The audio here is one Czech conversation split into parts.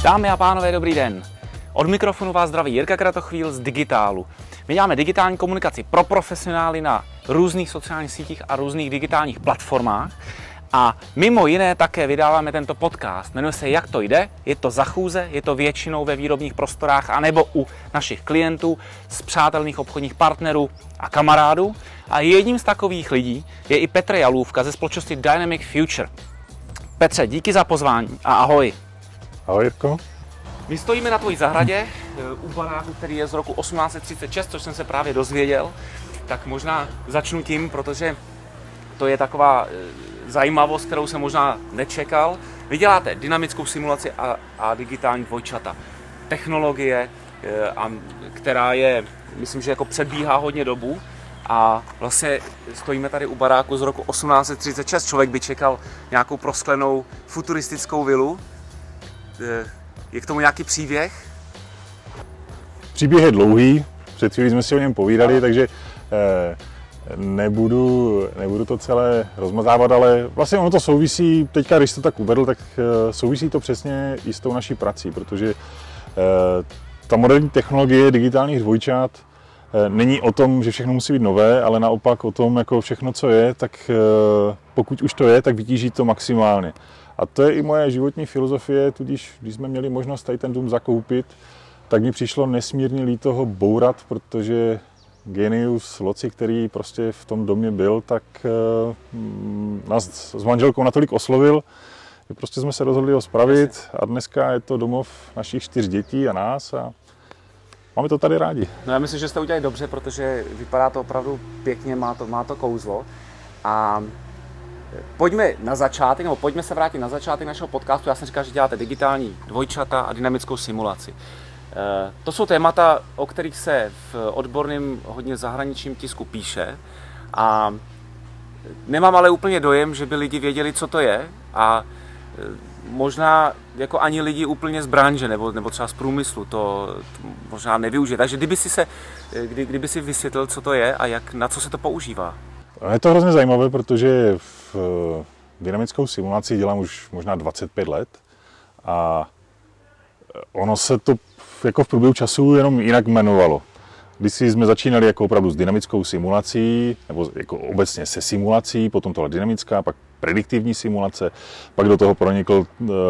Dámy a pánové, dobrý den. Od mikrofonu vás zdraví Jirka Kratochvíl z Digitálu. My děláme digitální komunikaci pro profesionály na různých sociálních sítích a různých digitálních platformách. A mimo jiné také vydáváme tento podcast. Jmenuje se Jak to jde, je to za chůze, je to většinou ve výrobních prostorách anebo u našich klientů, spřátelných obchodních partnerů a kamarádů. A jedním z takových lidí je i Petr Jalůvka ze společnosti Dynamic Future. Petře, díky za pozvání a ahoj. Ahoj Jirko. My stojíme na tvojí zahradě u baráku, který je z roku 1836, což jsem se právě dozvěděl. Tak možná začnu tím, protože to je taková zajímavost, kterou jsem možná nečekal. Vy děláte dynamickou simulaci a digitální dvojčata. Technologie, která je, myslím, že jako předbíhá hodně dobu. A vlastně stojíme tady u baráku z roku 1836. Člověk by čekal nějakou prosklenou futuristickou vilu. Je k tomu nějaký příběh? Příběh je dlouhý, před chvílí jsme si o něm povídali, takže nebudu to celé rozmazávat, ale vlastně ono to souvisí, teďka když to tak uvedl, tak souvisí to přesně i s tou naší prací, protože ta moderní technologie digitálních dvojčat není o tom, že všechno musí být nové, ale naopak o tom, jako všechno, co je, tak pokud už to je, tak vytíží to maximálně. A to je i moje životní filozofie, tudíž když jsme měli možnost tady ten dům zakoupit, tak mi přišlo nesmírně líto ho bourat, protože genius loci, který prostě v tom domě byl, tak nás s manželkou natolik oslovil, že prostě jsme se rozhodli ho spravit a dneska je to domov našich 4 dětí a nás a máme to tady rádi. No já myslím, že jste udělali dobře, protože vypadá to opravdu pěkně, má to kouzlo. A pojďme se vrátit na začátek našeho podcastu. Já jsem říkal, že děláte digitální dvojčata a dynamickou simulaci. To jsou témata, o kterých se v odborném hodně zahraničním tisku píše a nemám ale úplně dojem, že by lidi věděli, co to je a možná jako ani lidi úplně z branže nebo třeba z průmyslu to možná nevyužije. Takže kdyby si vysvětlil, co to je a na co se to používá. Je to hrozně zajímavé, protože v dynamickou simulaci dělám už možná 25 let a ono se to jako v průběhu času jenom jinak jmenovalo. Když jsme začínali jako opravdu s dynamickou simulací, nebo jako obecně se simulací, potom tohle dynamická, pak prediktivní simulace, pak do toho pronikl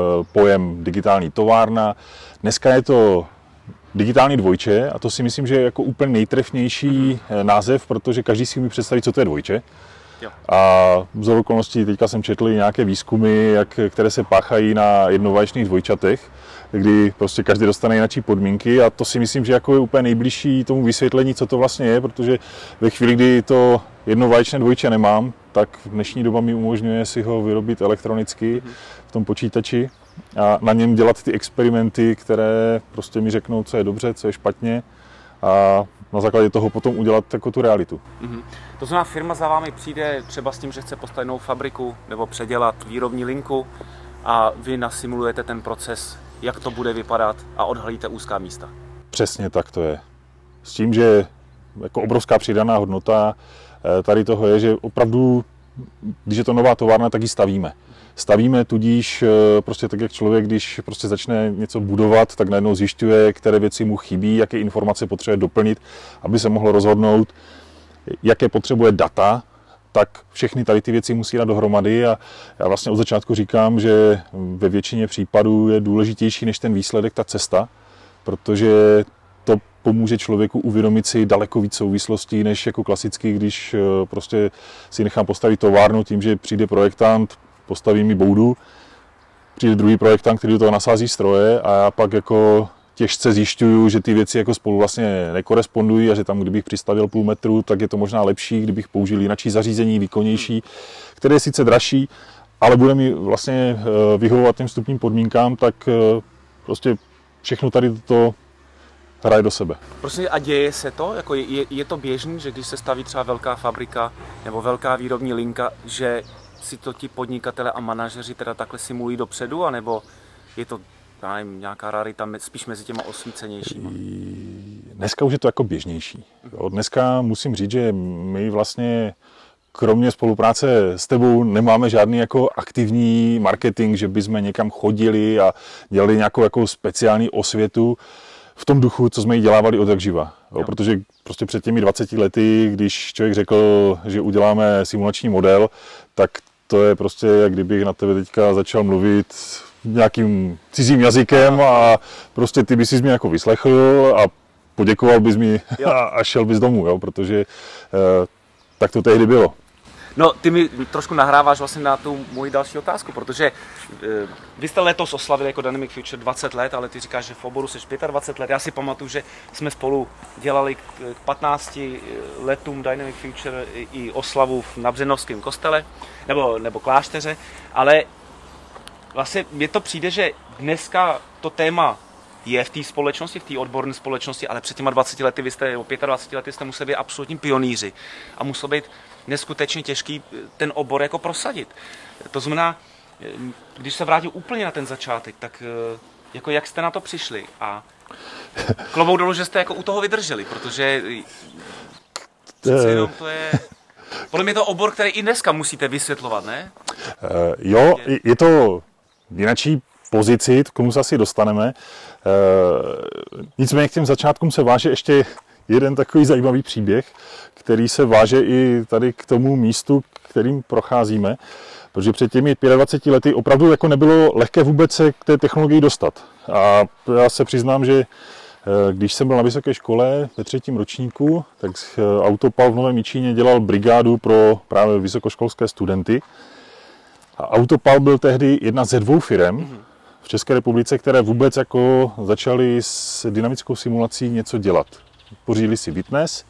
pojem digitální továrna. Dneska je to digitální dvojče a to si myslím, že je jako úplně nejtrefnější název, protože každý si umí představit, co to je dvojče. Jo. A vzor okolností teďka jsem četl nějaké výzkumy, které se páchají na jednovaječných dvojčatech, kdy prostě každý dostane jináčí podmínky a to si myslím, že jako je úplně nejbližší tomu vysvětlení, co to vlastně je, protože ve chvíli, kdy to jednovaječné dvojče nemám, tak v dnešní doba mi umožňuje si ho vyrobit elektronicky v tom počítači a na něm dělat ty experimenty, které prostě mi řeknou, co je dobře, co je špatně a na základě toho potom udělat jako tu realitu. To znamená, firma za vámi přijde třeba s tím, že chce postavit novou fabriku nebo předělat výrobní linku a vy nasimulujete ten proces, jak to bude vypadat a odhalíte úzká místa. Přesně tak to je. S tím, že jako obrovská přidaná hodnota tady toho je, že opravdu, když je to nová továrna, tak ji stavíme. Stavíme tudíž prostě tak, jak člověk, když prostě začne něco budovat, tak najednou zjišťuje, které věci mu chybí, jaké informace potřebuje doplnit, aby se mohlo rozhodnout, jaké potřebuje data, tak všechny tady ty věci musí dát dohromady a já vlastně od začátku říkám, že ve většině případů je důležitější než ten výsledek ta cesta, protože to pomůže člověku uvědomit si daleko víc souvislostí, než jako klasicky, když prostě si nechám postavit továrnu tím, že přijde projektant, postaví mi boudu, přijde druhý projektant, který do toho nasází stroje a já pak jako těžce zjišťuju, že ty věci jako spolu vlastně nekorespondují a že tam, kdybych přistavil půl metru, tak je to možná lepší, kdybych použil jináčí zařízení, výkonnější, které je sice dražší, ale bude mi vlastně vyhovovat těm vstupním podmínkám, tak prostě všechno tady to hraje do sebe. Prostě a děje se to? Jako je to běžný, že když se staví třeba velká fabrika nebo velká výrobní linka, že si to ti podnikatele a manažeři teda takhle simulují dopředu, anebo je to nějaká rarita spíš mezi těma osvícenějšíma? Dneska už je to jako běžnější. Dneska musím říct, že my vlastně kromě spolupráce s tebou nemáme žádný jako aktivní marketing, že bychom někam chodili a dělali nějakou jako speciální osvětu v tom duchu, co jsme ji dělávali od jak živa. Protože prostě před těmi 20 lety, když člověk řekl, že uděláme simulační model, tak to je prostě, jak kdybych na tebe teďka začal mluvit nějakým cizím jazykem a prostě ty bys mě jako vyslechl a poděkoval bys mi a šel bys domů, jo, protože tak to tehdy bylo. No, ty mi trošku nahráváš vlastně na tu moji další otázku, protože vy jste letos oslavili jako Dynamic Future 20 let, ale ty říkáš, že v oboru jsi 25 let. Já si pamatuju, že jsme spolu dělali k 15 letům Dynamic Future i oslavu na Břenovském kostele, nebo klášteře, ale vlastně mně to přijde, že dneska to téma je v té společnosti, v té odborné společnosti, ale před těma 20 lety, vy jste, o 25 lety jste museli být absolutní pionýři a musel být neskutečně těžký ten obor jako prosadit. To znamená, když se vrátím úplně na ten začátek, tak jako jak jste na to přišli a klobouk dolů, že jste jako u toho vydrželi, protože přece jenom to je... Podle mě to obor, který i dneska musíte vysvětlovat, ne? Jo, je to v jináčí pozici, k tomu se asi dostaneme. Nicméně k těm začátkům se váže ještě jeden takový zajímavý příběh, který se váže i tady k tomu místu, kterým procházíme, protože před těmi 25 lety opravdu jako nebylo lehké vůbec se k té technologii dostat. A já se přiznám, že když jsem byl na vysoké škole ve 3. ročníku, tak Autopal v Novém Jičíně dělal brigádu pro právě vysokoškolské studenty. A Autopal byl tehdy jedna ze 2 firem v České republice, které vůbec jako začaly s dynamickou simulací něco dělat. Pořídili si Witness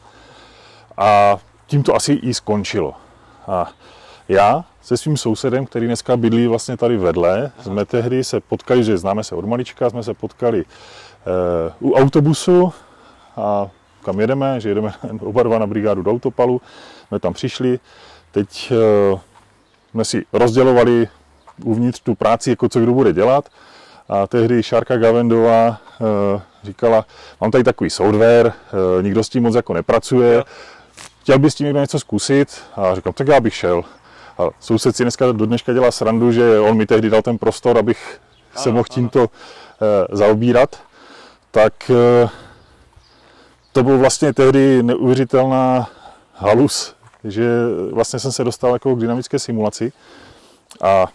a tím to asi i skončilo. A já se svým sousedem, který dneska bydlí vlastně tady vedle, jsme tehdy se potkali, že známe se od malička, jsme se potkali u autobusu a kam jedeme, že jedeme oba dva na brigádu do Autopalu, jsme tam přišli, teď jsme si rozdělovali uvnitř tu práci, jako co kdo bude dělat. A tehdy Šárka Gavendová říkala, mám tady takový software, nikdo s tím moc jako nepracuje, chtěl by s tím někdo něco zkusit? A říkám, tak já bych šel. A soused si dneska do dneška dělá srandu, že on mi tehdy dal ten prostor, abych se mohl tímto zaobírat. Tak to byl vlastně tehdy neuvěřitelná halus, že vlastně jsem se dostal jako k dynamické simulaci a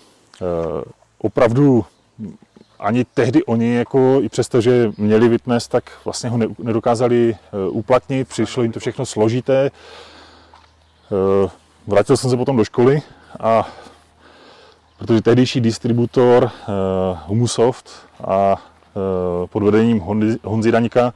opravdu ani tehdy oni, jako, i přesto, že měli Witness, tak vlastně ho nedokázali uplatnit, přišlo jim to všechno složité. Vrátil jsem se potom do školy a protože tehdejší distributor Humusoft a pod vedením Honzy Daňka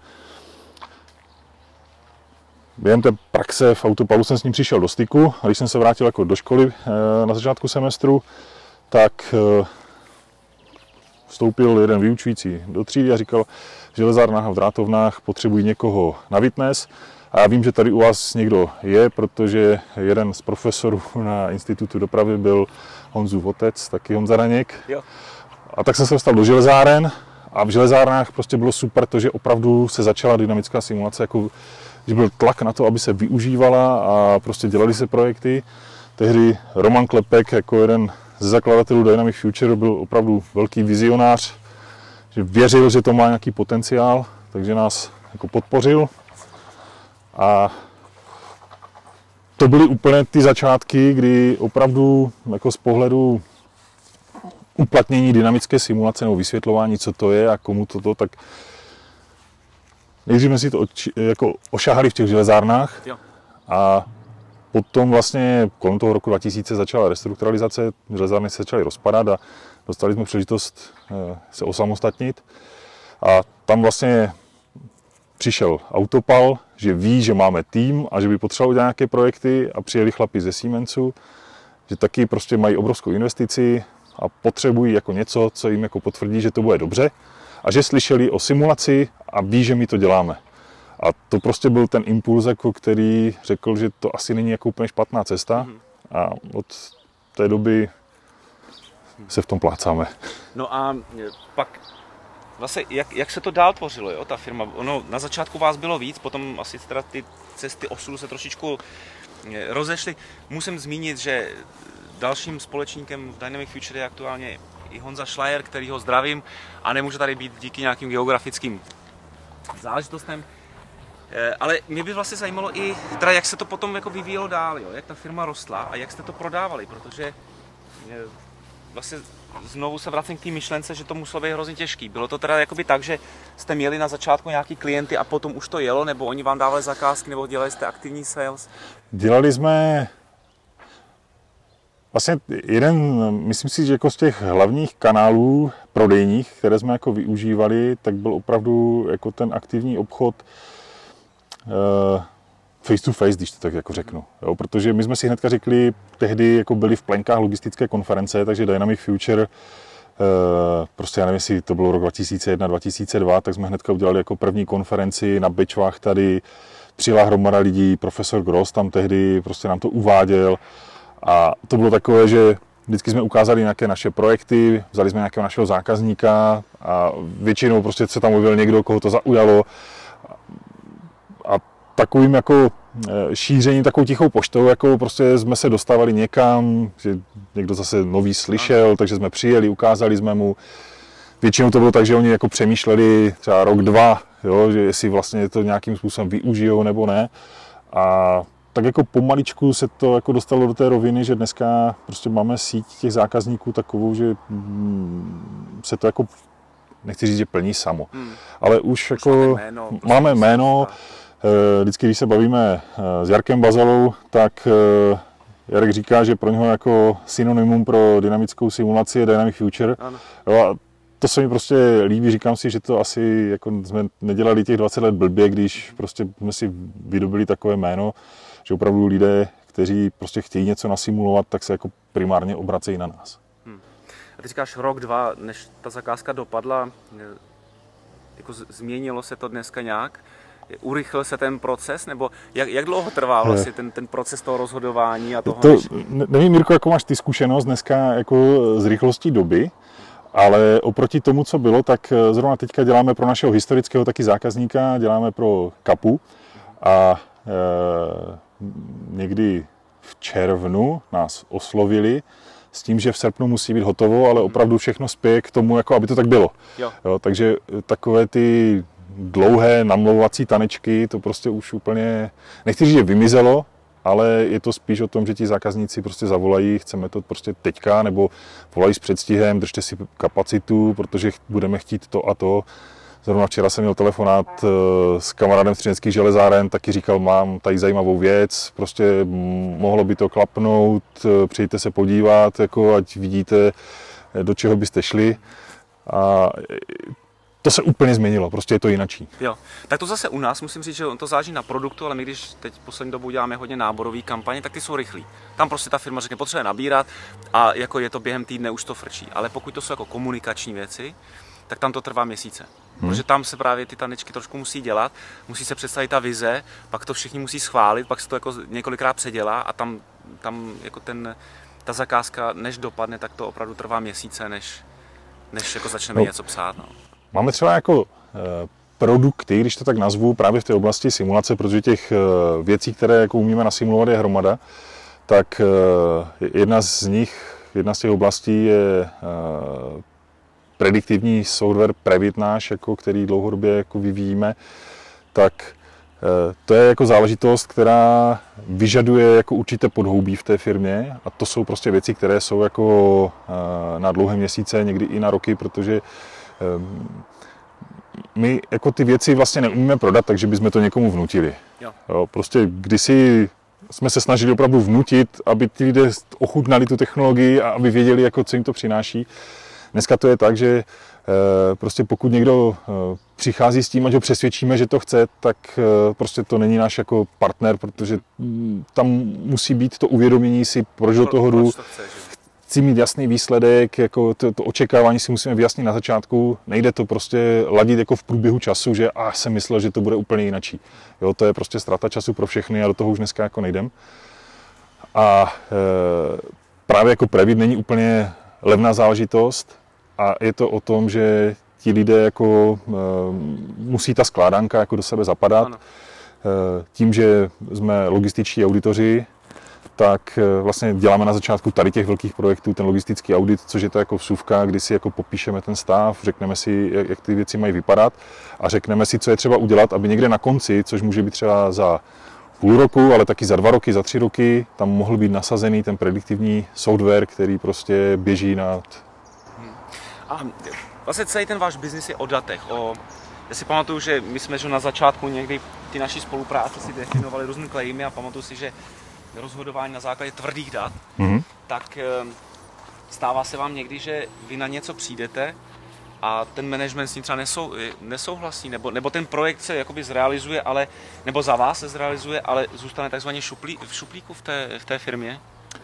během té praxe v Autopalu jsem s ním přišel do styku a když jsem se vrátil jako do školy na začátku semestru, tak vstoupil jeden vyučující do třídy a říkal, v železárnách a v drátovnách potřebují někoho na Witness. A já vím, že tady u vás někdo je, protože jeden z profesorů na Institutu dopravy byl Honzův otec, taky Honza Daněk. A tak jsem se dostal do železáren a v železárnách prostě bylo super to, že opravdu se začala dynamická simulace, jako, že byl tlak na to, aby se využívala a prostě dělali se projekty. Tehdy Roman Klepek jako jeden ze zakladatelů Dynamic Future byl opravdu velký vizionář, že věřil, že to má nějaký potenciál, takže nás jako podpořil. A to byly úplně ty začátky, kdy opravdu jako z pohledu uplatnění dynamické simulace nebo vysvětlování, co to je a komu toto, tak nejdřív jsme si to jako ošahali v těch železárnách a potom vlastně kolem toho roku 2000 začala restrukturalizace, železárny se začaly rozpadat a dostali jsme příležitost se osamostatnit. A tam vlastně přišel Autopal, že ví, že máme tým a že by potřeboval udělat nějaké projekty a přijeli chlapi ze Siemensu, že taky prostě mají obrovskou investici a potřebují jako něco, co jim jako potvrdí, že to bude dobře a že slyšeli o simulaci a ví, že my to děláme. A to prostě byl ten impuls, jako který řekl, že to asi není jako úplně špatná cesta a od té doby se v tom plácáme. No a pak vlastně, jak se to dál tvořilo, jo, ta firma? Ono, na začátku vás bylo víc, potom asi teda ty cesty osudu se trošičku rozešli. Musím zmínit, že dalším společníkem v Dynamic Future je aktuálně i Honza Schleier, který ho zdravím a nemůže tady být díky nějakým geografickým záležitostem. Ale mě by vlastně zajímalo i, teda jak se to potom jako vyvíjelo dál, jo? Jak ta firma rostla a jak jste to prodávali, protože vlastně znovu se vracím k té myšlence, že to muselo být hrozně těžký. Bylo to teda jakoby tak, že jste měli na začátku nějaký klienty a potom už to jelo, nebo oni vám dávali zakázky, nebo dělali jste aktivní sales? Dělali jsme vlastně myslím si, že jako z těch hlavních kanálů prodejních, které jsme jako využívali, tak byl opravdu jako ten aktivní obchod face to face, když to tak jako řeknu. Jo, protože my jsme si hnedka řekli, tehdy jako byli v plenkách logistické konference, takže Dynamic Future, prostě já nevím, jestli to bylo rok 2001, 2002, tak jsme hnedka udělali jako první konferenci na Bečvách tady, přijela hromada lidí, profesor Gross tam tehdy prostě nám to uváděl a to bylo takové, že vždycky jsme ukázali nějaké naše projekty, vzali jsme nějakého našeho zákazníka a většinou prostě se tam objevil někdo, koho to zaujalo. A takovým jako šířením, takovou tichou poštou, jako prostě jsme se dostávali někam, že někdo zase nový slyšel, takže jsme přijeli, ukázali jsme mu. Většinou to bylo tak, že oni jako přemýšleli třeba rok, dva, jo, že jestli vlastně to nějakým způsobem využijou nebo ne. A tak jako pomaličku se to jako dostalo do té roviny, že dneska prostě máme síť těch zákazníků takovou, že se to jako, nechci říct, že plní samo, ale už jako máme jméno. Vždycky, když se bavíme s Jarkem Bazalou, tak Jarek říká, že pro něho jako synonymum pro dynamickou simulaci je Dynamic Future. Jo, a to se mi prostě líbí, říkám si, že to asi jako jsme nedělali těch 20 let blbě, když prostě jsme si vydobili takové jméno, že opravdu lidé, kteří prostě chtějí něco nasimulovat, tak se jako primárně obracejí na nás. A ty říkáš rok, dva, než ta zakázka dopadla, jako změnilo se to dneska nějak? Urychlil se ten proces, nebo jak dlouho trvá vlastně ten proces toho rozhodování a toho? Nevím, Mirko, jakou máš ty zkušenost dneska jako z rychlostí doby, ale oproti tomu, co bylo, tak zrovna teďka děláme pro našeho historického taky zákazníka, děláme pro Kapu a někdy v červnu nás oslovili s tím, že v srpnu musí být hotovo, ale opravdu všechno spěje k tomu, jako aby to tak bylo. Jo, takže takové ty dlouhé namlouvací tanečky, to prostě už úplně, nechci říct, že vymizelo, ale je to spíš o tom, že ti zákazníci prostě zavolají, chceme to prostě teďka, nebo volají s předstihem, držte si kapacitu, protože budeme chtít to a to. Zrovna včera jsem měl telefonát s kamarádem z Třineckých železáren, taky říkal, mám tady zajímavou věc, prostě mohlo by to klapnout, přijďte se podívat, jako ať vidíte, do čeho byste šli. A to se úplně změnilo, prostě je to jinačí. Jo, tak to zase u nás, musím říct, že to záleží na produktu, ale my když teď poslední dobu děláme hodně náborové kampaně, tak ty jsou rychlí. Tam prostě ta firma řekne, potřebuje nabírat a jako je to během týdne už to frčí. Ale pokud to jsou jako komunikační věci, tak tam to trvá měsíce. Protože tam se právě ty tanečky trošku musí dělat, musí se představit ta vize, pak to všichni musí schválit, pak se to jako několikrát předělá a tam jako ta zakázka, než dopadne, tak to opravdu trvá měsíce, než jako začneme něco psát. No. Máme třeba jako produkty, když to tak nazvu, právě v té oblasti simulace, protože těch věcí, které jako umíme nasimulovat, je hromada, tak jedna z těch oblastí je prediktivní software Previt náš, jako, který dlouhodobě jako vyvíjíme, tak to je jako záležitost, která vyžaduje jako určité podhoubí v té firmě a to jsou prostě věci, které jsou jako na dlouhé měsíce, někdy i na roky, protože my jako ty věci vlastně neumíme prodat, takže bychom to někomu vnutili. Jo, prostě kdysi jsme se snažili opravdu vnutit, aby ty lidé ochutnali tu technologii a aby věděli, jako, co jim to přináší. Dneska to je tak, že prostě pokud někdo přichází s tím, ať ho přesvědčíme, že to chce, tak prostě to není náš jako partner, protože tam musí být to uvědomění si, proč do toho jdu. Chci mít jasný výsledek, jako to očekávání si musíme vyjasnit na začátku. Nejde to prostě ladit jako v průběhu času, že jsem myslel, že to bude úplně jinačí. Jo, to je prostě ztráta času pro všechny a do toho už dneska jako nejdem. A právě jako Previt není úplně levná záležitost a je to o tom, že ti lidé jako musí ta skládanka jako do sebe zapadat. Ano. Tím, že jsme logističtí auditoři, tak vlastně děláme na začátku tady těch velkých projektů ten logistický audit, což je to jako vsuvka, kdy si jako popíšeme ten stav, řekneme si, jak ty věci mají vypadat a řekneme si, co je třeba udělat, aby někde na konci, což může být třeba za půl roku, ale taky za 2 roky, za 3 roky, tam mohl být nasazený ten prediktivní software, který prostě běží nad... A vlastně celý ten váš biznis je o datech. Já si pamatuju, že my jsme že na začátku někdy ty naší spolupráce si definovali různý claimy a pamatuju si, že rozhodování na základě tvrdých dat, tak stává se vám někdy, že vy na něco přijdete a ten management s tím třeba nesouhlasí, nebo ten projekt se jakoby zrealizuje, nebo za vás se zrealizuje, ale zůstane takzvaně v šuplíku v té firmě?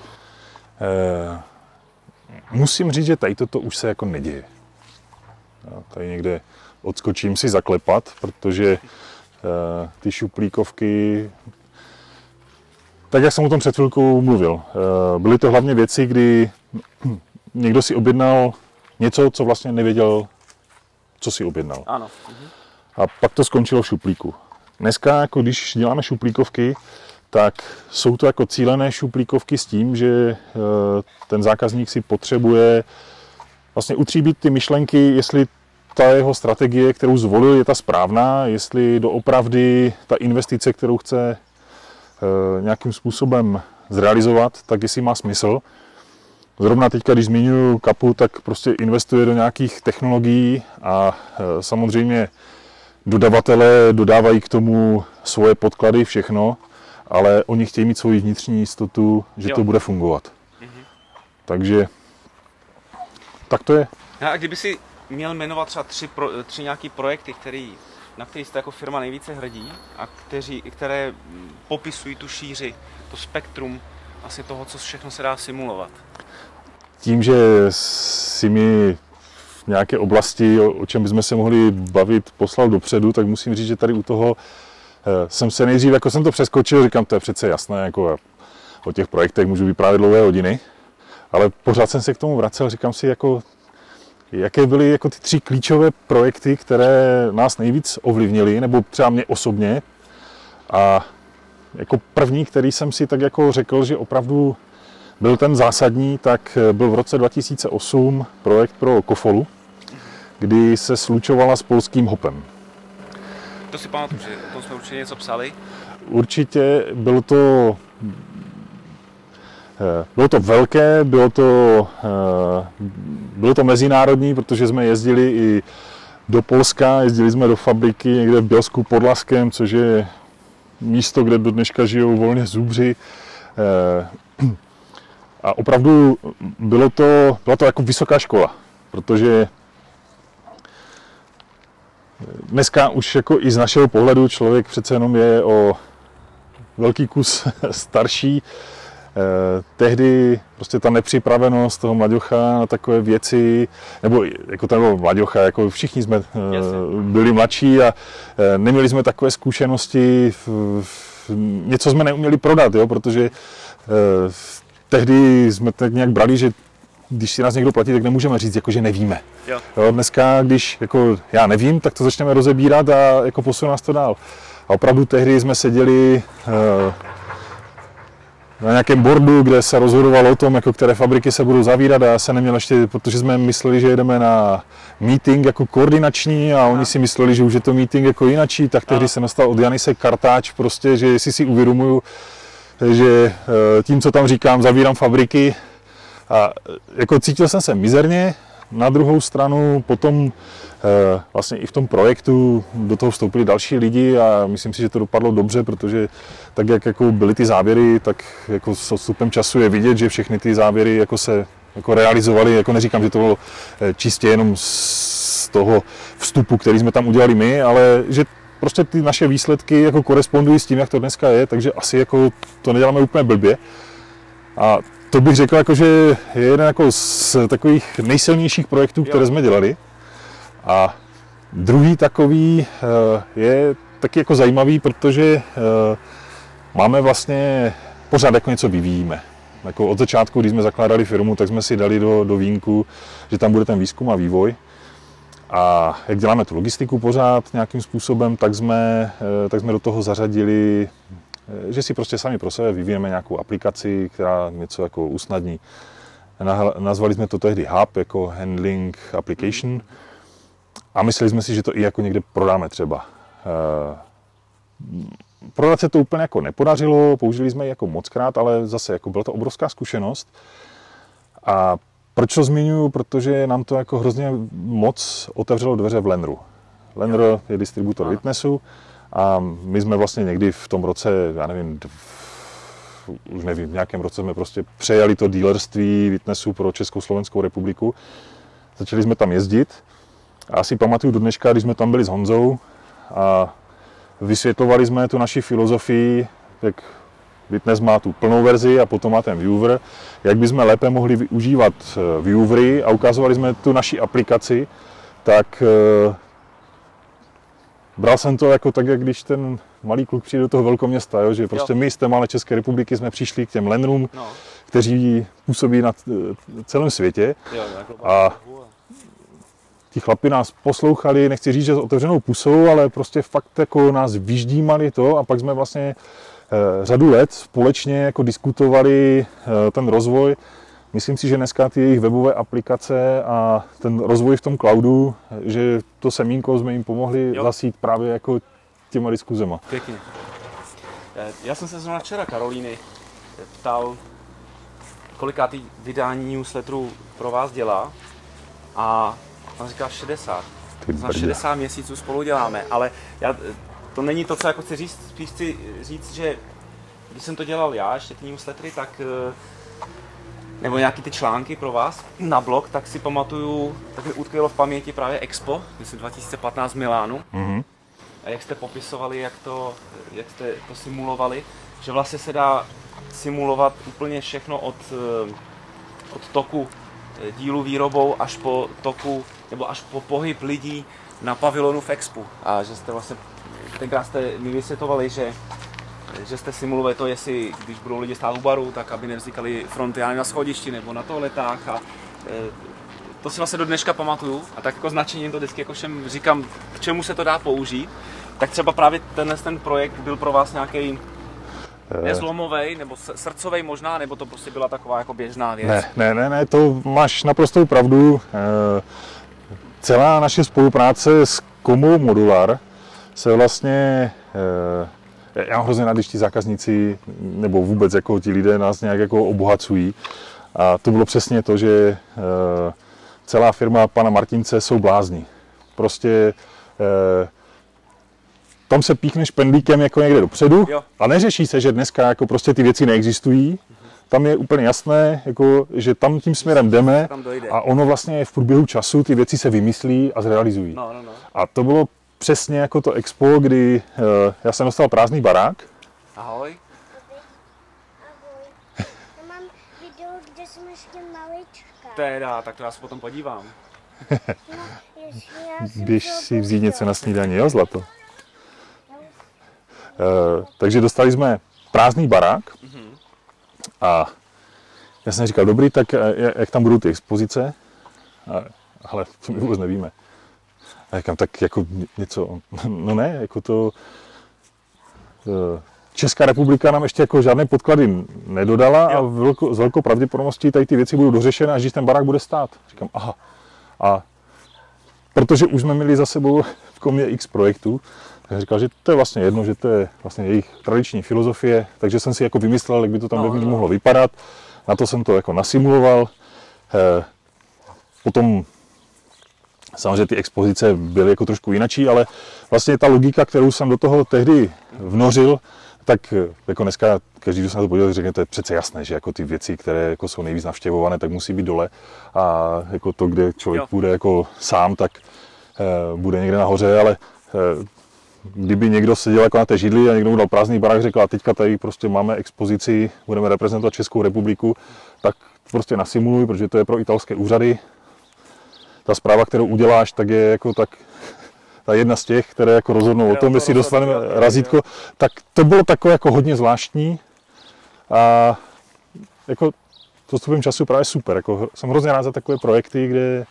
Musím říct, že tady toto už se jako neděje. Já tady někde odskočím si zaklepat, protože ty šuplíkovky, tak jak jsem o tom před chvilkou mluvil, byly to hlavně věci, kdy někdo si objednal něco, co vlastně nevěděl, co si objednal. Ano. A pak to skončilo v šuplíku. Dneska, jako když děláme šuplíkovky, tak jsou to jako cílené šuplíkovky s tím, že ten zákazník si potřebuje vlastně utříbit ty myšlenky, jestli ta jeho strategie, kterou zvolil, je ta správná, jestli doopravdy ta investice, kterou chce nějakým způsobem zrealizovat, tak jestli má smysl. Zrovna teďka, když zmiňuji Kapu, tak prostě investuje do nějakých technologií a samozřejmě dodavatelé dodávají k tomu svoje podklady, všechno, ale oni chtějí mít svoji vnitřní jistotu, že to bude fungovat. Takže tak to je. A kdyby si měl jmenovat třeba 3 nějaký projekty, na který jste jako firma nejvíce hrdí a které popisují tu šíři, to spektrum asi toho, co všechno se dá simulovat? Tím, že si mi v nějaké oblasti, o čem bychom se mohli bavit, poslal dopředu, tak musím říct, že tady u toho jsem se nejdřív, jako jsem to přeskočil, říkám, to je přece jasné, jako o těch projektech můžu vyprávět dlouhé hodiny, ale pořád jsem se k tomu vracel, říkám si, jako, jaké byly jako ty 3 klíčové projekty, které nás nejvíc ovlivnily, nebo třeba mě osobně. A jako první, který jsem si tak jako řekl, že opravdu byl ten zásadní, tak byl v roce 2008 projekt pro Kofolu, kdy se slučovala s polským Hopem. To si pamatuju, že o tom jsme určitě něco psali. Určitě bylo to velké, bylo to mezinárodní, protože jsme jezdili i do Polska, jezdili jsme do fabriky někde v Bělsku pod Laskem, což je místo, kde do dneška žijou volně zubři. A opravdu byla to jako vysoká škola, protože dneska už jako i z našeho pohledu člověk přece jenom je o velký kus starší. Tehdy prostě ta nepřipravenost toho mladěcha na takové věci, nebo jako ten mladěcha, jako všichni jsme byli mladší a neměli jsme takové zkušenosti, něco jsme neuměli prodat, jo, protože tehdy jsme tak nějak brali, že když si nás někdo platí, tak nemůžeme říct, jako, že nevíme. Jo, dneska, když jako já nevím, tak to začneme rozebírat a jako posune nás to dál. A opravdu tehdy jsme seděli na nějakém boardu, kde se rozhodovalo o tom, jako které fabriky se budou zavírat a já se neměl ještě, protože jsme mysleli, že jedeme na meeting jako koordinační a oni si mysleli, že už je to meeting jako jinačí, tak tehdy se nastal od Janise kartáč, prostě, že jestli si uvědomuju, že tím, co tam říkám, zavírám fabriky a jako cítil jsem se mizerně. Na druhou stranu potom vlastně i v tom projektu do toho vstoupili další lidi a myslím si, že to dopadlo dobře, protože tak, jak jako byly ty závěry, tak jako s odstupem času je vidět, že všechny ty závěry jako se jako realizovaly. Jako neříkám, že to bylo čistě jenom z toho vstupu, který jsme tam udělali my, ale že prostě ty naše výsledky jako korespondují s tím, jak to dneska je, takže asi jako to neděláme úplně blbě. A to bych řekl, jako, že je jeden jako z takových nejsilnějších projektů, které jsme dělali. A druhý takový je taky jako zajímavý, protože máme vlastně pořád jako něco vyvíjíme. Jako od začátku, když jsme zakládali firmu, tak jsme si dali do vínku, že tam bude ten výzkum a vývoj. A jak děláme tu logistiku pořád nějakým způsobem, tak jsme do toho zařadili že si prostě sami pro sebe vyvíjeme nějakou aplikaci, která něco jako usnadní. Nazvali jsme to tehdy Hub, jako Handling Application, a mysleli jsme si, že to i jako někde prodáme třeba. Prodat se to úplně jako nepodařilo, použili jsme ji jako mockrát, ale zase jako byla to obrovská zkušenost. A proč to zmiňuji? Protože nám to jako hrozně moc otevřelo dveře v Lenru. Lenr je distributor Witnessu a my jsme vlastně někdy v tom roce, já nevím, už nevím, v nějakém roce jsme prostě přejali to dealerství Witnessu pro Českou Slovenskou republiku. Začali jsme tam jezdit a asi pamatuju do dneška, když jsme tam byli s Honzou a vysvětlovali jsme tu naši filozofii, jak Witness má tu plnou verzi a potom má ten viewer, jak bychom lépe mohli využívat viewery a ukazovali jsme tu naši aplikaci, tak bral jsem to jako tak, jak když ten malý kluk přijde do toho velkoměsta, jo? Že prostě my z té malé České republiky jsme přišli k těm Lenrům, kteří působí na celém světě a ti chlapi nás poslouchali, nechci říct, že s otevřenou pusou, ale prostě fakt jako nás vyždímali to a pak jsme vlastně řadu let společně jako diskutovali ten rozvoj. Myslím si, že dneska ty jejich webové aplikace a ten rozvoj v tom cloudu, že to semínko jsme jim pomohli zasít právě jako těma diskuzema. Pěkně. Já jsem se zrovna včera Karolíny ptal, kolikátý vydání newsletteru pro vás dělá, a on říkal 60. Za 60 měsíců spolu děláme, ale to není to, co jako chci říct. Spíš chci říct, že když jsem to dělal já, ještě ty newslettery, tak nebo nějaký ty články pro vás na blog, tak si pamatuju, tak mi utkvělo v paměti právě Expo, myslím 2015 v Milánu. Mm-hmm. A jak jste popisovali, jak jste to simulovali, že vlastně se dá simulovat úplně všechno od toku dílu výrobou až po toku, nebo až po pohyb lidí na pavilonu v Expu. A že jste vlastně, tenkrát jste mi vysvětlovali, že jste simulovali to, jestli když budou lidi stát u baru, tak aby nevznikaly fronty na schodišti nebo na toaletách. A to si vlastně do dneška pamatuju a tak jako značením to vždycky jako všem říkám, k čemu se to dá použít. Tak třeba právě ten projekt byl pro vás nějaký nezlomovej nebo srdcovej možná, nebo to prostě byla taková jako běžná věc? Ne, to máš naprostou pravdu. Celá naše spolupráce s Komou Modular se vlastně, já mám hrozně rád, když ti zákazníci nebo vůbec jako ti lidé nás nějak jako obohacují. A to bylo přesně to, že celá firma pana Martince jsou blázni. Prostě tam se píchneš pendlíkem jako někde dopředu a neřeší se, že dneska jako prostě ty věci neexistují. Tam je úplně jasné, jako, že tam tím směrem jdeme a ono vlastně v průběhu času ty věci se vymyslí a zrealizují. No. A to bylo přesně jako to Expo, kdy já jsem dostal prázdný barák. Ahoj. Já mám video, kde jsem ještě malička. Teda, tak to já se potom podívám. Běž si vzít něco na snídani, jo, zlato? Takže dostali jsme prázdný barák a já jsem říkal, dobrý, tak jak tam budou ty expozice, ale to my vůbec nevíme. A říkám, tak jako něco, no ne, jako to, Česká republika nám ještě jako žádné podklady nedodala a s velkou pravděpodobností tady ty věci budou dořešené, až když ten barák bude stát. Říkám, aha. A protože už jsme měli za sebou v Komě x projektů, tak říkal, že to je vlastně jedno, že to je vlastně jejich tradiční filozofie, takže jsem si jako vymyslel, jak by to tam mohlo vypadat. Na to jsem to jako nasimuloval. Potom samozřejmě ty expozice byly jako trošku jinačí, ale vlastně ta logika, kterou jsem do toho tehdy vnořil, tak jako dneska každý, kdo se na to podíval, řekne, to je přece jasné, že jako ty věci, které jako jsou nejvíc navštěvované, tak musí být dole a jako to, kde člověk bude jako sám, tak bude někde nahoře, ale kdyby někdo seděl jako na té židli a někdo mu dal prázdný barák, řekl, a teďka tady prostě máme expozici, budeme reprezentovat Českou republiku, tak prostě nasimuluj, protože to je pro italské úřady. Ta zpráva, kterou uděláš, tak je jako tak ta jedna z těch, které jako rozhodnou o tom, jestli dostaneme razítko, tak to bylo takové jako hodně zvláštní a jako postupem času právě super. Jako jsem hrozně rád za takové projekty, kde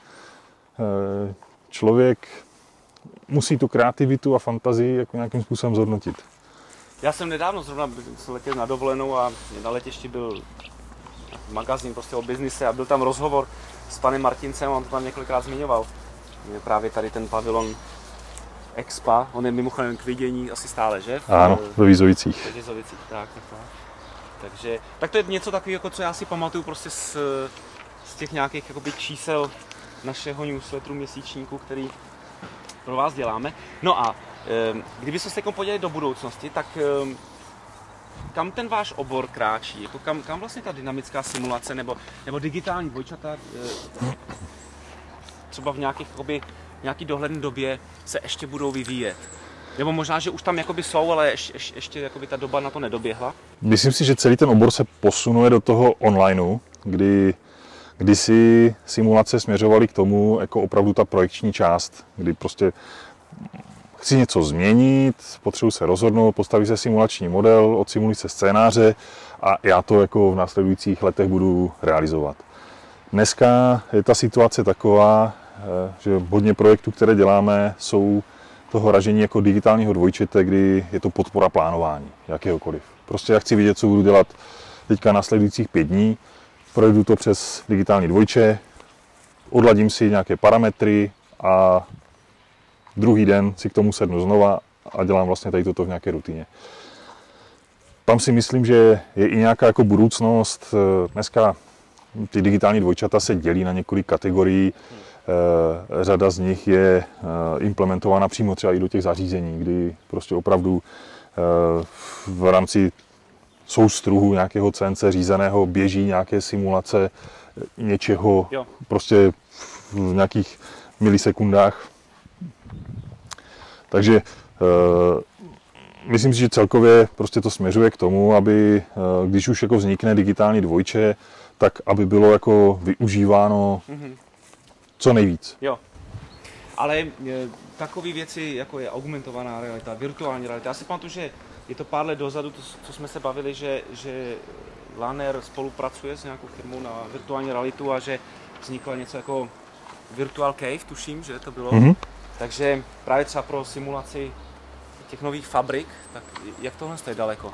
člověk musí tu kreativitu a fantazii jako nějakým způsobem zhodnotit. Já jsem nedávno zrovna letěl na dovolenou a na letišti byl magazín prostě o biznise a byl tam rozhovor s panem Martincem, on to tam několikrát zmiňoval. Právě tady ten pavilon Expa, on je mimochodem k vidění asi stále, že? Ano, ve Vízovicích. Ve Vízovicích, tak. Takže, tak to je něco takového, jako co já si pamatuju prostě z těch nějakých jakoby čísel našeho newsletteru měsíčníku, který pro vás děláme. No a kdyby se teď podívali do budoucnosti, tak kam ten váš obor kráčí? Jako kam vlastně ta dynamická simulace nebo digitální dvojčata třeba v nějaký dohledné době se ještě budou vyvíjet? Nebo možná, že už tam jakoby jsou, ale ještě jakoby ta doba na to nedoběhla? Myslím si, že celý ten obor se posunuje do toho onlineu, kdy si simulace směřovaly k tomu, jako opravdu ta projekční část, kdy prostě chci něco změnit, potřebuji se rozhodnout, postaví se simulační model, odsimulují se scénáře a já to jako v následujících letech budu realizovat. Dneska je ta situace taková, že hodně projektů, které děláme, jsou toho ražení jako digitálního dvojčete, kdy je to podpora plánování, jakéhokoliv. Prostě já chci vidět, co budu dělat teďka následujících 5 dní, projdu to přes digitální dvojče, odladím si nějaké parametry a druhý den si k tomu sednu znova a dělám vlastně tady toto v nějaké rutině. Tam si myslím, že je i nějaká jako budoucnost. Dneska ty digitální dvojčata se dělí na několik kategorií. Řada z nich je implementována přímo třeba i do těch zařízení, kdy prostě opravdu v rámci soustruhu nějakého CNC řízeného běží nějaké simulace něčeho prostě v nějakých milisekundách. Takže myslím si, že celkově prostě to směřuje k tomu, aby když už jako vznikne digitální dvojče, tak aby bylo jako využíváno co nejvíc. Jo. Ale takové věci, jako je augmentovaná realita, virtuální realita. Já si pamatuju, že je to pár let dozadu, co jsme se bavili, že Laner spolupracuje s nějakou firmou na virtuální realitu a že vznikla něco jako Virtual Cave, tuším, že to bylo. Takže právě třeba pro simulaci těch nových fabrik, tak jak tohle je daleko?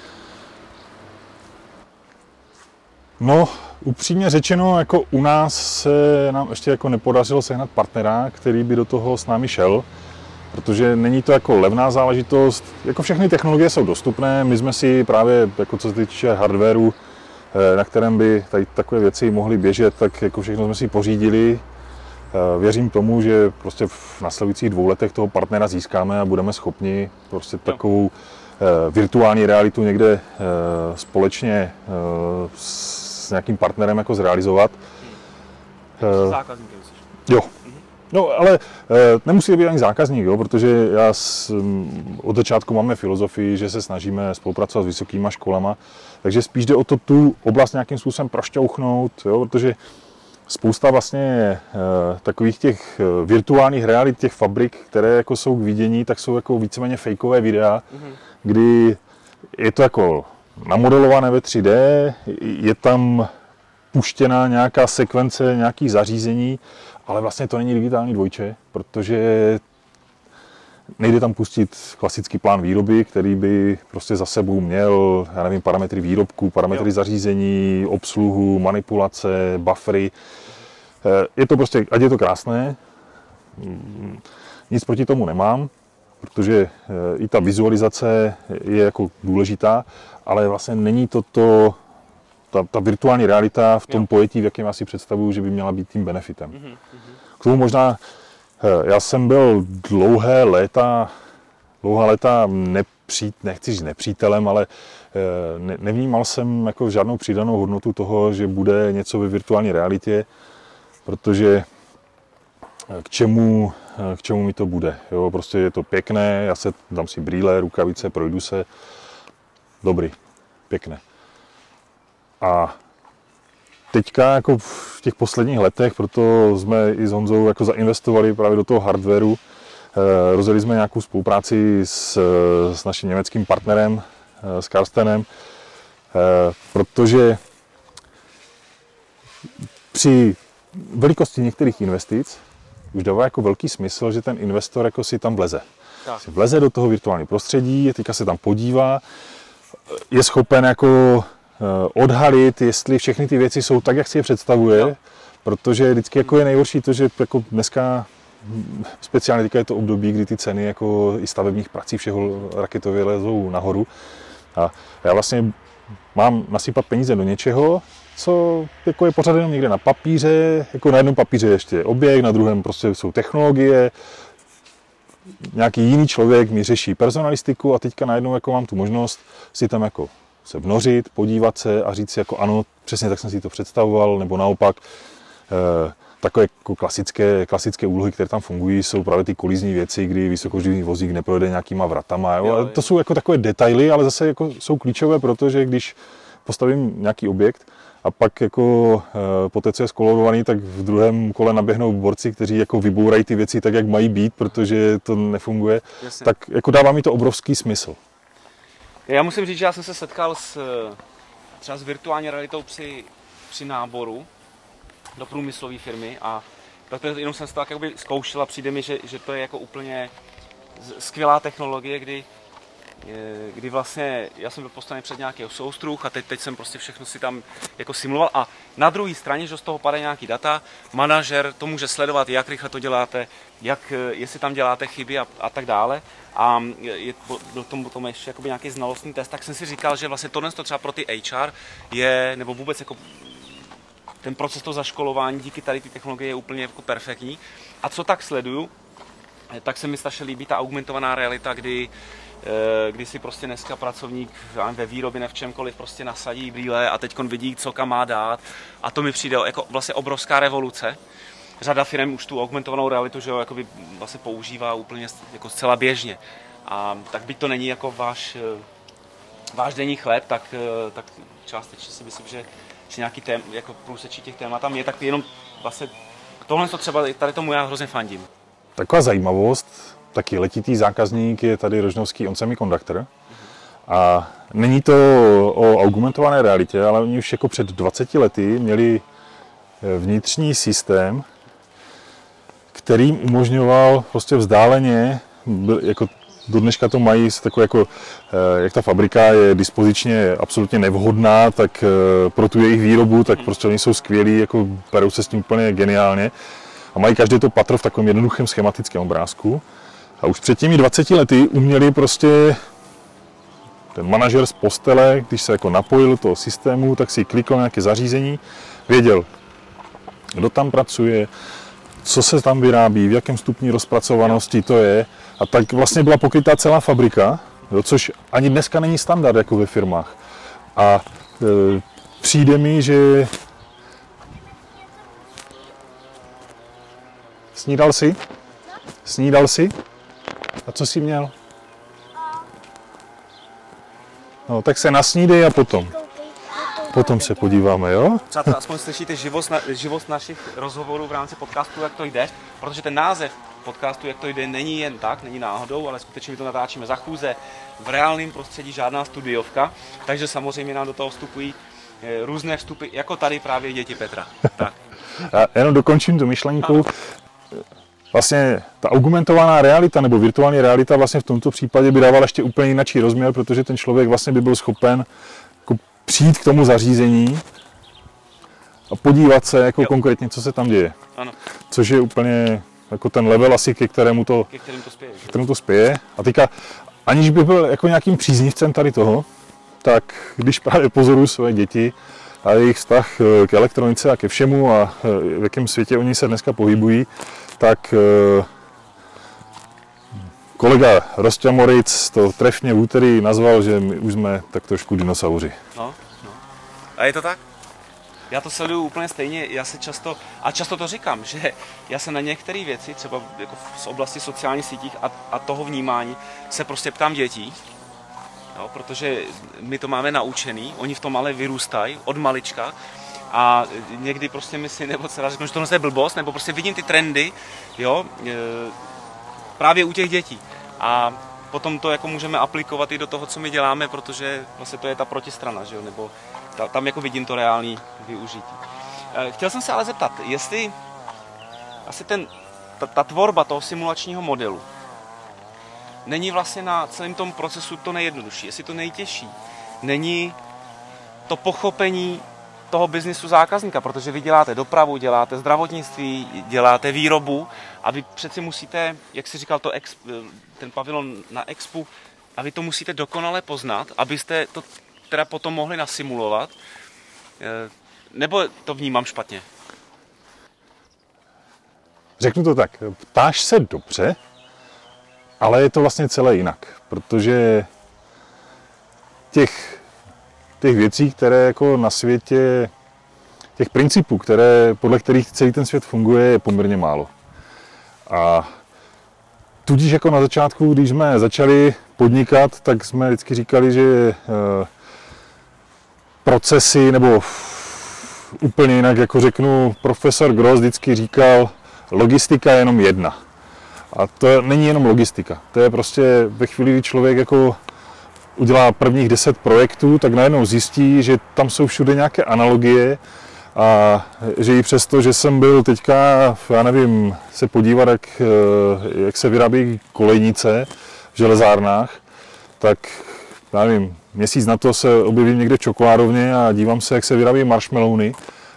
No, upřímně řečeno, jako u nás se nám ještě jako nepodařilo sehnat partnera, který by do toho s námi šel, protože není to jako levná záležitost, jako všechny technologie jsou dostupné, my jsme si právě, jako co se týče hardwareu, na kterém by tady takové věci mohly běžet, tak jako všechno jsme si pořídili. Věřím tomu, že prostě v následujících 2 letech toho partnera získáme a budeme schopni prostě takovou virtuální realitu někde společně s nějakým partnerem jako zrealizovat. Zákazníkem jsi. Jo. No, ale nemusí být ani zákazník, jo, protože od začátku máme filozofii, že se snažíme spolupracovat s vysokýma školama, takže spíš jde o to tu oblast nějakým způsobem prošťouchnout, jo, protože spousta vlastně takových těch virtuálních realit, těch fabrik, které jako jsou k vidění, tak jsou jako víceméně fejkové videa, kdy je to jako namodelované ve 3D, je tam puštěná nějaká sekvence nějakých zařízení, ale vlastně to není digitální dvojče, protože nejde tam pustit klasický plán výroby, který by prostě za sebou měl, já nevím, parametry výrobku, parametry zařízení, obsluhu, manipulace, buffery. Je to prostě, ať je to krásné, nic proti tomu nemám, protože i ta vizualizace je jako důležitá, ale vlastně není to ta virtuální realita v tom pojetí, v jakém já si představuju, že by měla být tím benefitem. K tomu možná, já jsem byl dlouhá léta nechci říct nepřítelem, ale nevnímal jsem jako žádnou přidanou hodnotu toho, že bude něco ve virtuální realitě, protože k čemu mi to bude. Jo, prostě je to pěkné, já se dám si brýle, rukavice, projdu se, dobrý, pěkné. A teďka jako v těch posledních letech, proto jsme i s Honzou jako zainvestovali právě do toho hardwareu. Rozjeli jsme nějakou spolupráci s naším německým partnerem, s Karstenem, protože při velikosti některých investic už dává jako velký smysl, že ten investor jako si tam vleze. Tak. Vleze do toho virtuálního prostředí, teďka se tam podívá, je schopen jako odhalit, jestli všechny ty věci jsou tak, jak si je představuje, no. Protože vždycky jako je nejhorší to, že jako dneska speciálně teďka je to období, kdy ty ceny jako i stavebních prací všeho raketově lezou nahoru. A já vlastně mám nasypat peníze do něčeho, co jako je pořád jenom někde na papíře, jako na jednom papíře ještě objekt, na druhém prostě jsou technologie, nějaký jiný člověk mi řeší personalistiku a teďka najednou jako mám tu možnost si tam jako se vnořit, podívat se a říct si jako ano, přesně tak jsem si to představoval, nebo naopak takové jako klasické úlohy, které tam fungují, jsou právě ty kolizní věci, kdy vysokoživný vozík neprojede nějakýma vratama. Jo? To jsou jako takové detaily, ale zase jako jsou klíčové, protože když postavím nějaký objekt a pak jako po té, co je skolorovaný, tak v druhém kole naběhnou borci, kteří jako vybourají ty věci tak, jak mají být, protože to nefunguje, jasně. Tak jako dává mi to obrovský smysl. Já musím říct, že já jsem se setkal třeba s virtuální realitou při náboru do průmyslové firmy a jenom jsem se to tak jakoby zkoušel a přijde mi, že to je jako úplně skvělá technologie, kdy vlastně já jsem byl postavený před nějaký soustruh a teď jsem prostě všechno si tam jako simuloval a na druhé straně, že z toho padají nějaký data, manažer to může sledovat, jak rychle to děláte, jestli tam děláte chyby a tak dále a do tomu ještě jakoby nějaký znalostní test, tak jsem si říkal, že vlastně tohle třeba pro ty HR je, nebo vůbec jako ten proces toho zaškolování díky tady ty technologie je úplně jako perfektní. A co tak sleduju, tak se mi strašně líbí ta augmentovaná realita, kdy si prostě dneska pracovník ve výrobě v čemkoliv prostě nasadí brýle a teďkon vidí, co kam má dát. A to mi přijde jako vlastně obrovská revoluce. Řada firm už tu augmentovanou realitu, že jo, jakoby vlastně používá úplně jako zcela běžně. A tak byť to není jako váš denní chléb, tak částečně si myslím, že nějaký jako průsečí těch témat tam je, tak jenom vlastně tohle to třeba tady tomu já hrozně fandím. Taková zajímavost, taky letitý zákazník je tady rožnovský On Semiconductor. A není to o augmentované realitě, ale oni už jako před 20 lety měli vnitřní systém, který jim umožňoval prostě vzdáleně, jako do dneška to mají takové jako, jak ta fabrika je dispozičně absolutně nevhodná, tak pro tu jejich výrobu, tak prostě oni jsou skvělí, jako berou se s tím úplně geniálně a mají každé to patro v takovém jednoduchém schematickém obrázku. A už před těmi 20 lety uměli prostě ten manažer z postele, když se jako napojil do toho systému, tak si klikl nějaké zařízení, věděl, kdo tam pracuje, co se tam vyrábí, v jakém stupni rozpracovanosti to je. A tak vlastně byla pokrytá celá fabrika, jo, což ani dneska není standard jako ve firmách. A přijde mi, že... Snídal jsi? Snídal jsi? A co jsi měl? No, tak se nasnídej a potom se podíváme, jo? Přátelé, aspoň slyšíte živost našich rozhovorů v rámci podcastu, jak to jde, protože ten název podcastu, jak to jde, není jen tak, není náhodou, ale skutečně my to natáčíme za chůze, v reálném prostředí, žádná studiovka, takže samozřejmě nám do toho vstupují různé vstupy, jako tady právě děti Petra. Tak. Já jenom dokončím tu myšlenku. Vlastně ta augmentovaná realita nebo virtuální realita vlastně v tomto případě by dávala ještě úplně jiný rozměr, protože ten člověk vlastně by byl schopen jako přijít k tomu zařízení a podívat se jako konkrétně, co se tam děje. Ano. Což je úplně jako ten level asi, ke kterému to spěje. A teďka, aniž bych byl jako nějakým příznivcem tady toho, tak když právě pozoruju své děti a jejich vztah k elektronice a ke všemu a v jakém světě oni se dneska pohybují, tak kolega Rosťa Moritz to trefně v úterý nazval, že my už jsme tak trošku dinosauři. No. A je to tak? Já to sleduju úplně stejně, já se často to říkám, že já se na některé věci, třeba jako z oblasti sociálních sítích a toho vnímání, se prostě ptám dětí, jo, protože my to máme naučený, oni v tom ale vyrůstají od malička a někdy prostě mi si nebo dcera řeknu, že tohle je blbost, nebo prostě vidím ty trendy, jo, právě u těch dětí. A potom to jako můžeme aplikovat i do toho, co my děláme, protože vlastně to je ta protistrana, že jo, nebo tam jako vidím to reálné využití. Chtěl jsem se ale zeptat, jestli asi ta tvorba toho simulačního modelu není vlastně na celém tom procesu to nejjednodušší, jestli to nejtěžší. Není to pochopení toho biznisu zákazníka, protože vy děláte dopravu, děláte zdravotnictví, děláte výrobu a vy přeci musíte, jak jsi říkal, ten pavilon na Expu, a vy to musíte dokonale poznat, abyste to teda potom mohli nasimulovat. Nebo to vnímám špatně? Řeknu to tak, ptáš se dobře, ale je to vlastně celé jinak, protože těch věcí, které jako na světě, těch principů, podle kterých celý ten svět funguje, je poměrně málo. A tudíž jako na začátku, když jsme začali podnikat, tak jsme vždycky říkali, že procesy, nebo úplně jinak, jako řeknu, profesor Gross vždycky říkal, logistika je jenom jedna. A to není jenom logistika. To je prostě ve chvíli, kdy člověk jako udělá prvních 10 projektů, tak najednou zjistí, že tam jsou všude nějaké analogie a že i přesto, že jsem byl teďka, já nevím, se podívat, jak se vyrábí kolejnice v železárnách, tak já nevím, měsíc na to se objevím někde v čokoládovně a dívám se, jak se vyrábí marshmallowny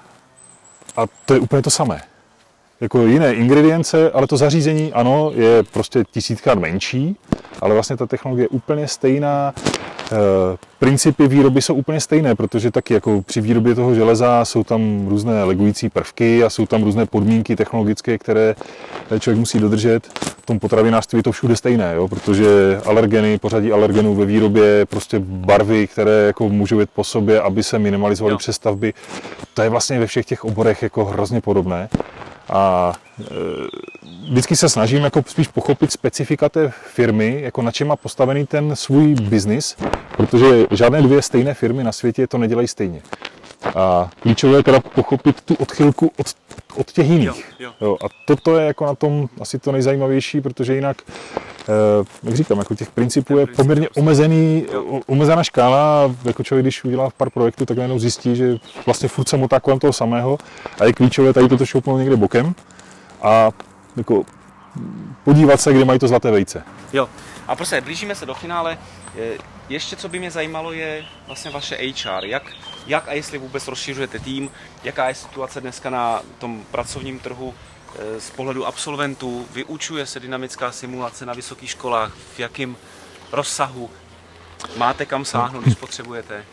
a to je úplně to samé. Jako jiné ingredience, ale to zařízení, ano, je prostě 1000krát menší, ale vlastně ta technologie je úplně stejná, principy výroby jsou úplně stejné, protože taky jako při výrobě toho železa jsou tam různé legující prvky a jsou tam různé podmínky technologické, které člověk musí dodržet. V tom potravinářství je to všude stejné, jo, protože alergeny, pořadí alergenů ve výrobě, prostě barvy, které jako můžou jít po sobě, aby se minimalizovaly přestavby, to je vlastně ve všech těch oborech jako hrozně podobné. A vždycky se snažím jako spíš pochopit specifika té firmy, jako na čem má postavený ten svůj biznis, protože žádné dvě stejné firmy na světě to nedělají stejně. A klíčové je teda pochopit tu odchylku od těch jiných. Jo, a toto je jako na tom asi to nejzajímavější, protože jinak, jak říkám, jako těch principů je poměrně omezená škála. Jako člověk, když udělá pár projektů, tak najednou zjistí, že vlastně furt se motá kolem toho samého a je klíčové tady toto šoupnout někde bokem a jako podívat se, kde mají to zlaté vejce. Jo, a prostě blížíme se do finále. Ještě co by mě zajímalo je vlastně vaše HR. Jak a jestli vůbec rozšiřujete tým, jaká je situace dneska na tom pracovním trhu z pohledu absolventů, vyučuje se dynamická simulace na vysokých školách, v jakém rozsahu, máte kam sáhnout, když potřebujete?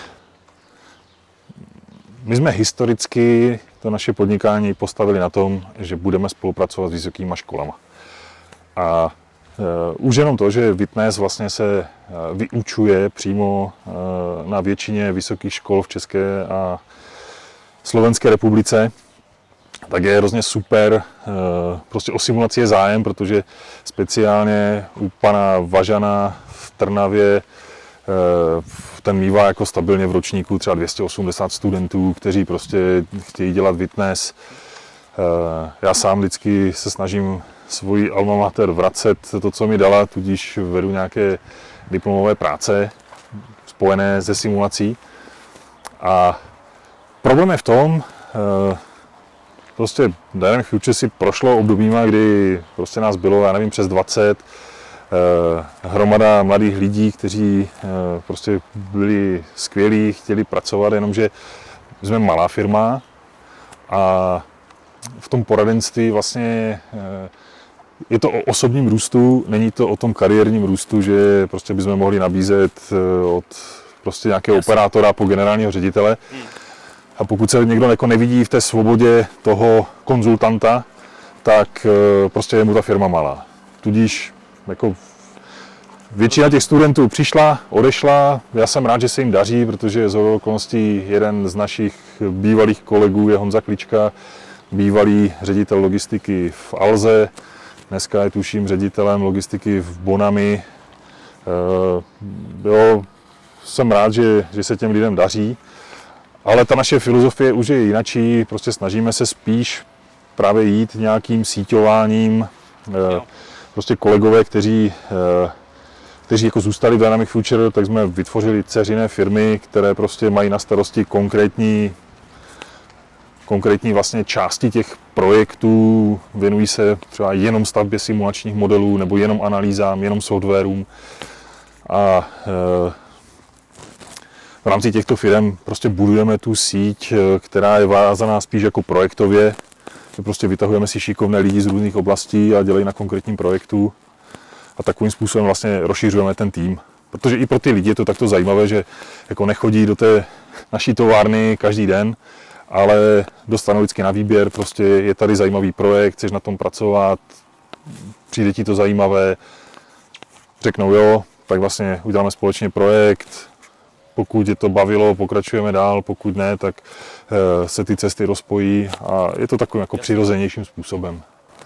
My jsme historicky to naše podnikání postavili na tom, že budeme spolupracovat s vysokýma školama. A už jenom to, že Witness vlastně se vyučuje přímo na většině vysokých škol v České a Slovenské republice, tak je hrozně super. Prostě o simulaci je zájem, protože speciálně u pana Važana v Trnavě ten mívá jako stabilně v ročníku třeba 280 studentů, kteří prostě chtějí dělat Witness. Já sám vždycky se snažím svoji alma mater vracet to, co mi dala, tudíž vedu nějaké diplomové práce spojené se simulací. A problém je v tom, prostě Dynamic Future si prošlo obdobíma, kdy prostě nás bylo, já nevím, přes 20, hromada mladých lidí, kteří prostě byli skvělí, chtěli pracovat, jenomže jsme malá firma a v tom poradenství vlastně je to o osobním růstu, není to o tom kariérním růstu, že prostě bychom mohli nabízet od prostě nějakého operátora po generálního ředitele. A pokud se někdo jako nevidí v té svobodě toho konzultanta, tak prostě je mu ta firma malá. Tudíž jako většina těch studentů přišla, odešla. Já jsem rád, že se jim daří, protože shodou okolností jeden z našich bývalých kolegů je Honza Klička, bývalý ředitel logistiky v Alze. Dneska je tuším ředitelem logistiky v Bonami. Jsem rád, že se těm lidem daří, ale ta naše filozofie už je jinačí, prostě snažíme se spíš právě jít nějakým síťováním. Prostě kolegové, kteří jako zůstali v Dynamic Future, tak jsme vytvořili dceřiné firmy, které prostě mají na starosti konkrétní vlastně části těch projektů, věnují se třeba jenom stavbě simulačních modelů nebo jenom analýzám, jenom softwarům. A v rámci těchto firm prostě budujeme tu síť, která je vázaná spíš jako projektově. Prostě vytahujeme si šikovné lidi z různých oblastí a dělají na konkrétním projektu. A takovým způsobem vlastně rozšiřujeme ten tým. Protože i pro ty lidi je to takto zajímavé, že jako nechodí do té naší továrny každý den, ale dostanou vždycky na výběr, prostě je tady zajímavý projekt, chceš na tom pracovat, přijde ti to zajímavé, řeknou jo, tak vlastně uděláme společně projekt, pokud je to bavilo, pokračujeme dál, pokud ne, tak se ty cesty rozpojí a je to takovým jako přirozenějším způsobem.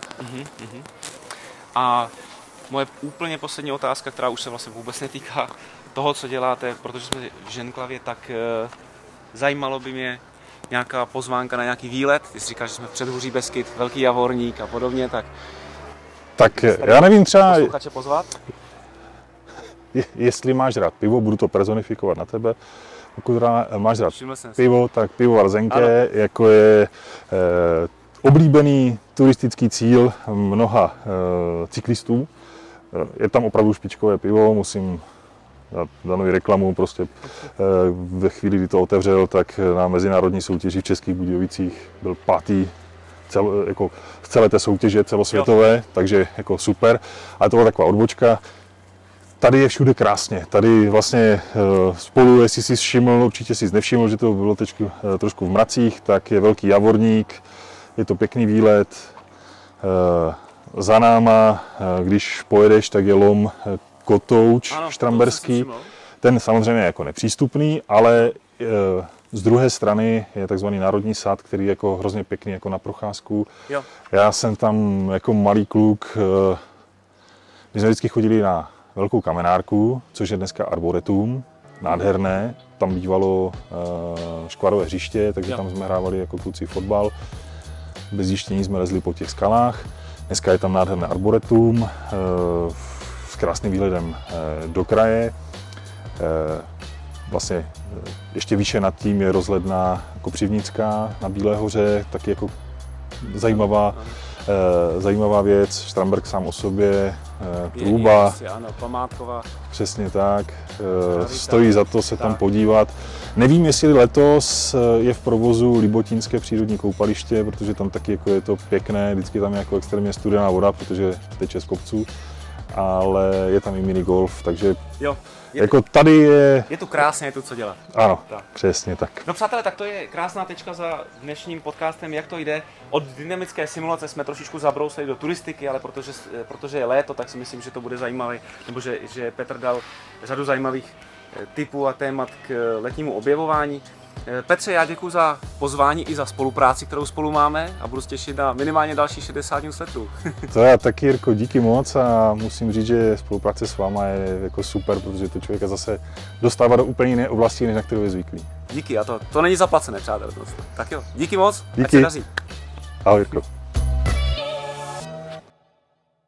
A moje úplně poslední otázka, která už se vlastně vůbec netýká toho, co děláte, protože jsme v Ženklavě, tak zajímalo by mě nějaká pozvánka na nějaký výlet. Ty jsi říkal, že jsme v Předhůří Beskyd, Velký Javorník a podobně, tak já nevím, třeba posluchače pozvat? Jestli máš rád pivo, budu to personifikovat na tebe. Pokud máš rád pivo, tak pivovar Zenke, jako je oblíbený turistický cíl mnoha cyklistů. Je tam opravdu špičkové pivo, musím dát reklamu, prostě ve chvíli, kdy to otevřel, tak na mezinárodní soutěži v Českých Budějovicích byl 5. jako z celé té soutěže celosvětové, takže jako super. Ale to byla taková odbočka. Tady je všude krásně. Tady vlastně spolu, jestli jsi všiml, určitě jsi nevšiml, že to bylo trošku v mracích, tak je Velký Javorník, je to pěkný výlet. Za náma, když pojedeš, tak je lom Kotouč štramberský. Ten samozřejmě je jako nepřístupný, ale z druhé strany je takzvaný národní sad, který je jako hrozně pěkný jako na procházku. Jo. Já jsem tam jako malý kluk, my jsme vždycky chodili na velkou kamenárku, což je dneska arboretum, nádherné. Tam bývalo škvarové hřiště, takže tam jsme hrávali jako kluci fotbal. Bez zjištění jsme lezli po těch skalách. Dneska je tam nádherné arboretum s krásným výhledem do kraje. Vlastně ještě výše nad tím je rozhledna Kopřivnická na Bílé hoře, taky jako zajímavá věc. Štramberk sám o sobě, trůba. Ano, památková. Přesně tak. Stojí za to se tam podívat. Nevím, jestli letos je v provozu Libotínské přírodní koupaliště, protože tam taky jako je to pěkné, vždycky tam je jako extrémně studená voda, protože teče z kopců, ale je tam i minigolf, takže jo. Jako tady je... Je tu krásně, je tu co dělat. Ano, tak. Přesně tak. No přátelé, tak to je krásná tečka za dnešním podcastem, jak to jde. Od dynamické simulace jsme trošičku zabrousili do turistiky, ale protože je léto, tak si myslím, že to bude zajímavé, nebo že Petr dal řadu zajímavých tipů a témat k letnímu objevování. Petře, já děkuji za pozvání i za spolupráci, kterou spolu máme a budu se těšit na minimálně další 60 newsletterů. To já taky, Jirko, díky moc a musím říct, že spolupráce s váma je jako super, protože to člověka zase dostává do úplně jiné oblasti, než na kterou je zvyklý. Díky, a to není zaplacené, přátelé. Tak jo, díky moc, díky. ať se daří. Ahoj, Jirko.